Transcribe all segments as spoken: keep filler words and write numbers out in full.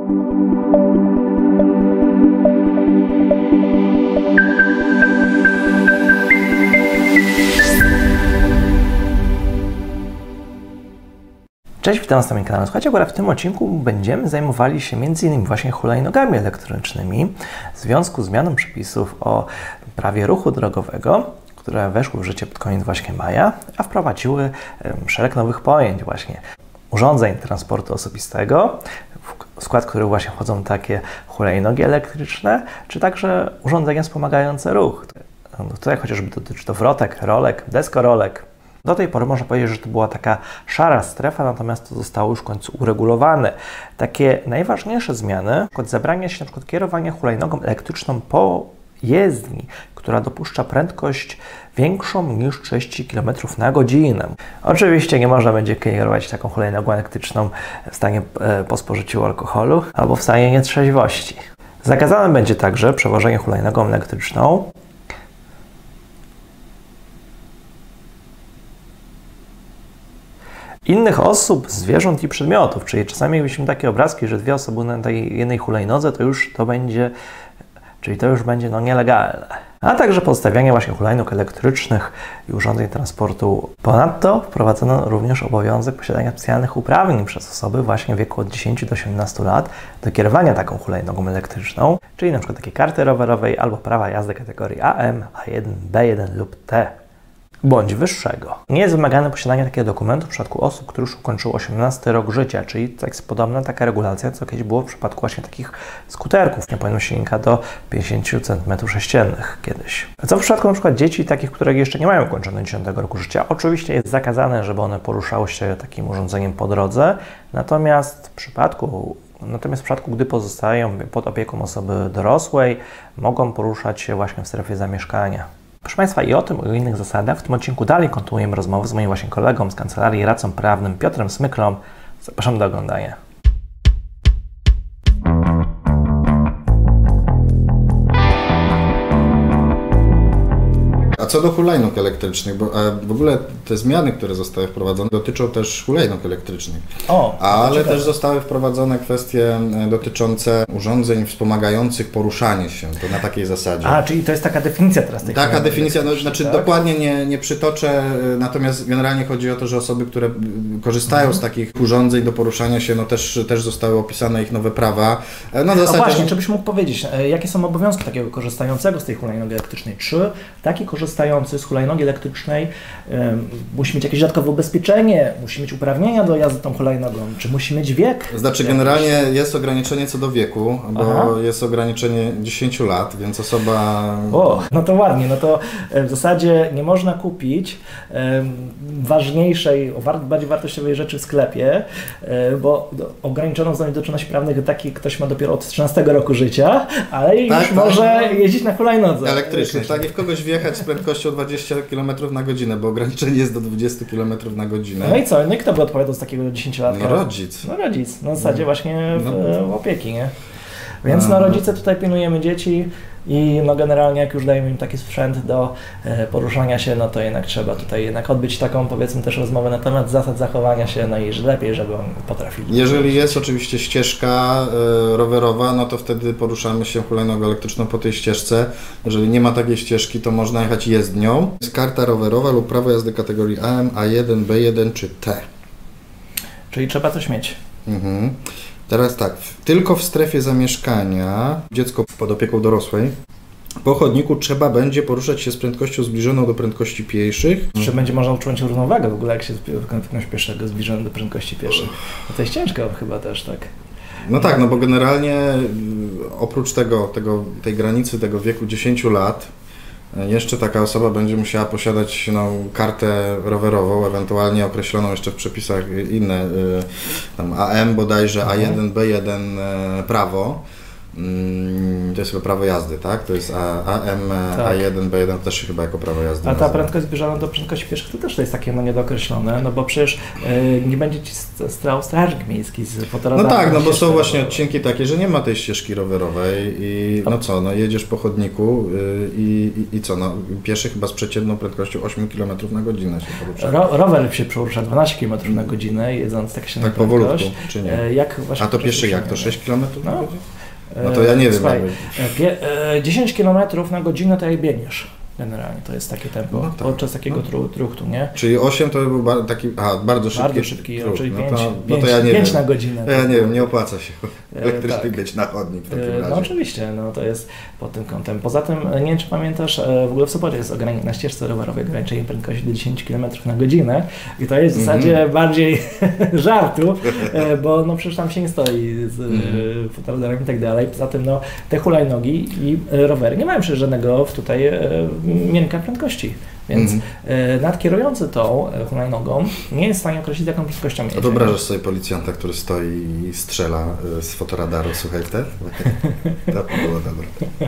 Cześć, witam na moim kanale. Słuchajcie, akurat w tym odcinku będziemy zajmowali się między innymi właśnie hulajnogami elektrycznymi w związku z zmianą przepisów o prawie ruchu drogowego, które weszły w życie pod koniec właśnie maja, a wprowadziły szereg nowych pojęć właśnie urządzeń transportu osobistego, w skład których właśnie wchodzą takie hulajnogi elektryczne, czy także urządzenia wspomagające ruch. Tutaj chociażby dotyczy to wrotek, rolek, deskorolek. Do tej pory można powiedzieć, że to była taka szara strefa, natomiast to zostało już w końcu uregulowane. Takie najważniejsze zmiany, przykład zabrania się na przykład kierowania hulajnogą elektryczną po jezdni, która dopuszcza prędkość większą niż trzydzieści kilometrów na godzinę. Oczywiście nie można będzie kierować taką hulajnogą elektryczną w stanie e, po spożyciu alkoholu albo w stanie nietrzeźwości. Zakazane będzie także przewożenie hulajnogą elektryczną innych osób, zwierząt i przedmiotów, czyli czasami jakbyśmy takie obrazki, że dwie osoby na tej jednej hulajnodze, to już to będzie, czyli to już będzie no nielegalne. A także postawianie właśnie hulajnóg elektrycznych i urządzeń transportu. Ponadto wprowadzono również obowiązek posiadania specjalnych uprawnień przez osoby właśnie w wieku od dziesięciu do osiemnastu lat do kierowania taką hulajnogą elektryczną, czyli na przykład takie karty rowerowej albo prawa jazdy kategorii A M, A jeden, B jeden lub T. Bądź wyższego. Nie jest wymagane posiadanie takiego dokumentu w przypadku osób, które już ukończyły osiemnasty rok życia, czyli tak jest podobna taka regulacja, co kiedyś było w przypadku właśnie takich skuterków. Nie powinno silnika do pięćdziesięciu centymetrów sześciennych kiedyś. Co w przypadku na przykład dzieci takich, które jeszcze nie mają ukończonego dziesiątego roku życia? Oczywiście jest zakazane, żeby one poruszały się takim urządzeniem po drodze, natomiast w przypadku Natomiast w przypadku, gdy pozostają pod opieką osoby dorosłej, mogą poruszać się właśnie w strefie zamieszkania. Proszę Państwa, i o tym, i o innych zasadach w tym odcinku dalej kontynuujemy rozmowę z moim właśnie kolegą z Kancelarii i Radcą Prawnym Piotrem Smyklą. Zapraszam do oglądania. A co do hulajnóg elektrycznych, bo w ogóle te zmiany, które zostały wprowadzone, dotyczą też hulajnóg elektrycznych. O, ale też zostały wprowadzone kwestie dotyczące urządzeń wspomagających poruszanie się, to na takiej zasadzie. A, czyli to jest taka definicja teraz tej Taka definicja, no, znaczy tak? Dokładnie nie, nie przytoczę, natomiast generalnie chodzi o to, że osoby, które korzystają mhm. z takich urządzeń do poruszania się, no też, też zostały opisane ich nowe prawa. No, w zasadzie... A właśnie, czy byś mógł powiedzieć, jakie są obowiązki takiego korzystającego z tej hulajnogi elektrycznej? Czy taki korzystający z hulajnogi elektrycznej um, musi mieć jakieś dodatkowe ubezpieczenie, musi mieć uprawnienia do jazdy tą hulajnogą, czy musi mieć wiek? Znaczy generalnie jest ograniczenie co do wieku, bo Aha. jest ograniczenie dziesięciu lat, więc osoba... O, no to ładnie, no to w zasadzie nie można kupić um, ważniejszej, bardziej wartościowej rzeczy w sklepie, um, bo ograniczoną zdolność do czynności prawnych taki ktoś ma dopiero od trzynastego roku życia, ale tak, już tak, może no, jeździć na hulajnodze. Elektrycznej, tak, i w kogoś wjechać z prędkością dwadzieścia kilometrów na godzinę, bo ograniczenie jest do dwudziestu kilometrów na godzinę. No i co? No i kto by odpowiadał z takiego dziesięciolatka? No rodzic. No rodzic, na zasadzie no. właśnie w, no. w opieki, nie? Więc no rodzice tutaj pilnujemy dzieci i no generalnie jak już dajemy im taki sprzęt do e, poruszania się, no to jednak trzeba tutaj jednak odbyć taką powiedzmy też rozmowę na temat zasad zachowania się, no i że lepiej, żeby oni potrafili. Jeżeli jest oczywiście ścieżka e, rowerowa, no to wtedy poruszamy się hulajnogą elektryczną po tej ścieżce. Jeżeli nie ma takiej ścieżki, to można jechać jezdnią. Jest karta rowerowa lub prawo jazdy kategorii A M, A jeden, B jeden czy T. Czyli trzeba coś mieć. Mhm. Teraz tak, tylko w strefie zamieszkania, dziecko pod opieką dorosłej, po chodniku trzeba będzie poruszać się z prędkością zbliżoną do prędkości pieszych. Czy będzie można utrzymać równowagę w ogóle, jak się prędkość pieszego zbliżona do prędkości pieszych? No to jest ciężko chyba też, tak? No tak, no bo generalnie oprócz tego, tego, tej granicy, tego wieku dziesięciu lat, jeszcze taka osoba będzie musiała posiadać no, kartę rowerową, ewentualnie określoną jeszcze w przepisach inne, tam A M bodajże, A jeden, B jeden prawo. To jest chyba prawo jazdy, tak? To jest A M, tak. A jeden, B jeden też się chyba jako prawo jazdy. A ta prędkość zbliżona do prędkości pieszych to też to jest takie no, niedookreślone, no bo przecież yy, nie będzie ci strał strażnik miejski z fotoradarem. No tak, no bo są właśnie odcinki takie, że nie ma tej ścieżki rowerowej i no co, no jedziesz po chodniku yy, i, i, i co, no pieszy chyba z przeciętną prędkością osiem kilometrów na godzinę się porusza. Ro, rower się porusza dwanaście kilometrów na godzinę, jedząc tak się tak powolutku, czy nie? Jak A to pieszy jak? To sześć kilometrów na godzinę? No to ja nie wiem. Słuchaj, dziesięć kilometrów na godzinę to jak biegniesz. Generalnie to jest takie tempo no tak, podczas takiego no. truchtu, nie? Czyli osiem to by był bar taki, aha, bardzo szybki, bardzo szybki truch, czyli pięć, no to, pięć, no to ja nie pięć wiem. na godzinę. Ja nie wiem, nie opłaca się elektrycznie tak. być na chodnik w takim razie. No oczywiście, no to jest pod tym kątem. Poza tym, nie wiem czy pamiętasz, w ogóle w Sopocie jest na ścieżce rowerowej ograniczenie prędkości do dziesięć kilometrów na godzinę i to jest w zasadzie mm-hmm. bardziej żartu, bo no przecież tam się nie stoi z mm-hmm. fotoradarem i tak dalej. Poza tym no te hulajnogi i rowery nie mają przecież żadnego tutaj miękka prędkości. Więc mm-hmm. y, nadkierujący tą hulajnogą nie jest w stanie określić, jaką prędkością jedzie. A wyobrażasz sobie policjanta, który stoi i strzela z fotoradaru, słuchaj, wtedy? To było dobre.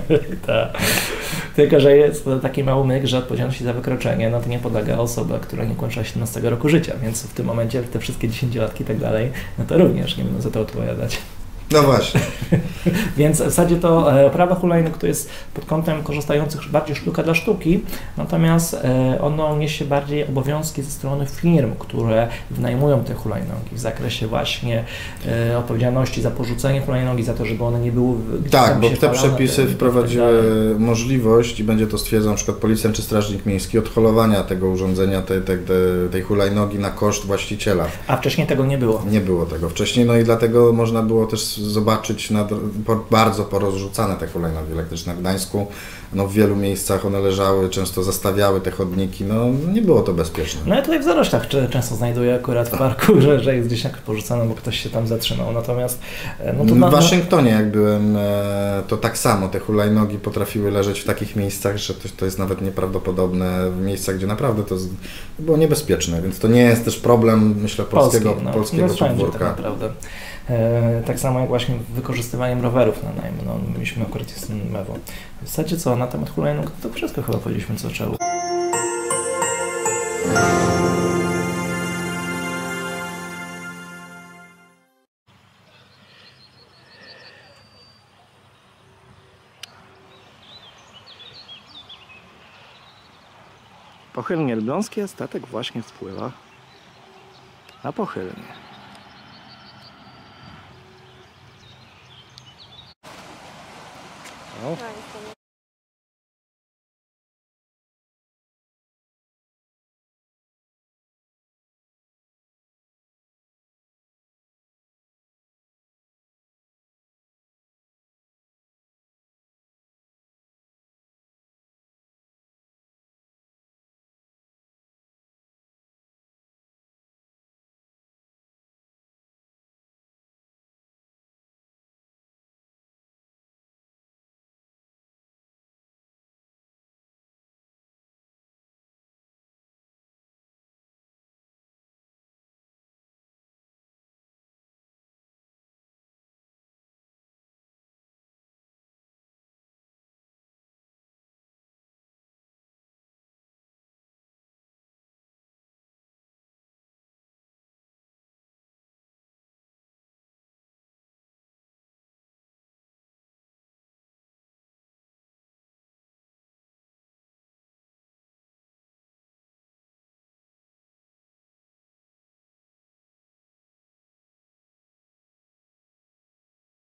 Tak. Tylko, że jest taki mały myk, że odpowiedzialności za wykroczenie, no to nie podlega osoba, która nie kończyła siedemnastego roku życia, więc w tym momencie te wszystkie dziesięciolatki i tak dalej, no to również nie będą za to odpowiadać. No właśnie. Więc w zasadzie to e, prawo hulajnóg to jest pod kątem korzystających bardziej sztuka dla sztuki, natomiast e, ono niesie bardziej obowiązki ze strony firm, które wynajmują te hulajnogi w zakresie właśnie e, odpowiedzialności za porzucenie hulajnogi, za to, żeby one nie były tak, bo te przepisy wprowadziły możliwość i będzie to stwierdzał na przykład policjant czy strażnik miejski odholowania tego urządzenia, tej, tej, tej hulajnogi na koszt właściciela. A wcześniej tego nie było. Nie było tego wcześniej, no i dlatego można było też zobaczyć na, po, bardzo porozrzucane te hulajnogi elektryczne w Gdańsku. No w wielu miejscach one leżały, często zastawiały te chodniki, no nie było to bezpieczne. No ja tutaj w Zaroślach często znajduję akurat w parku, że, że jest gdzieś jak porzucane, bo ktoś się tam zatrzymał, natomiast... No to w Waszyngtonie jak byłem, to tak samo te hulajnogi potrafiły leżeć w takich miejscach, że to, to jest nawet nieprawdopodobne, w miejscach, gdzie naprawdę to było niebezpieczne, więc to nie jest też problem, myślę, polskiego, Polski, no, polskiego no, podwórka. Tak naprawdę. E, tak samo jak właśnie wykorzystywaniem rowerów na najm. No, mieliśmy akurat z tym mewą. W zasadzie co, na temat hulajnóg to wszystko chyba powiedzieliśmy, co trzeba. Pochylnie Elbląskie, statek właśnie wpływa na pochylnie. No.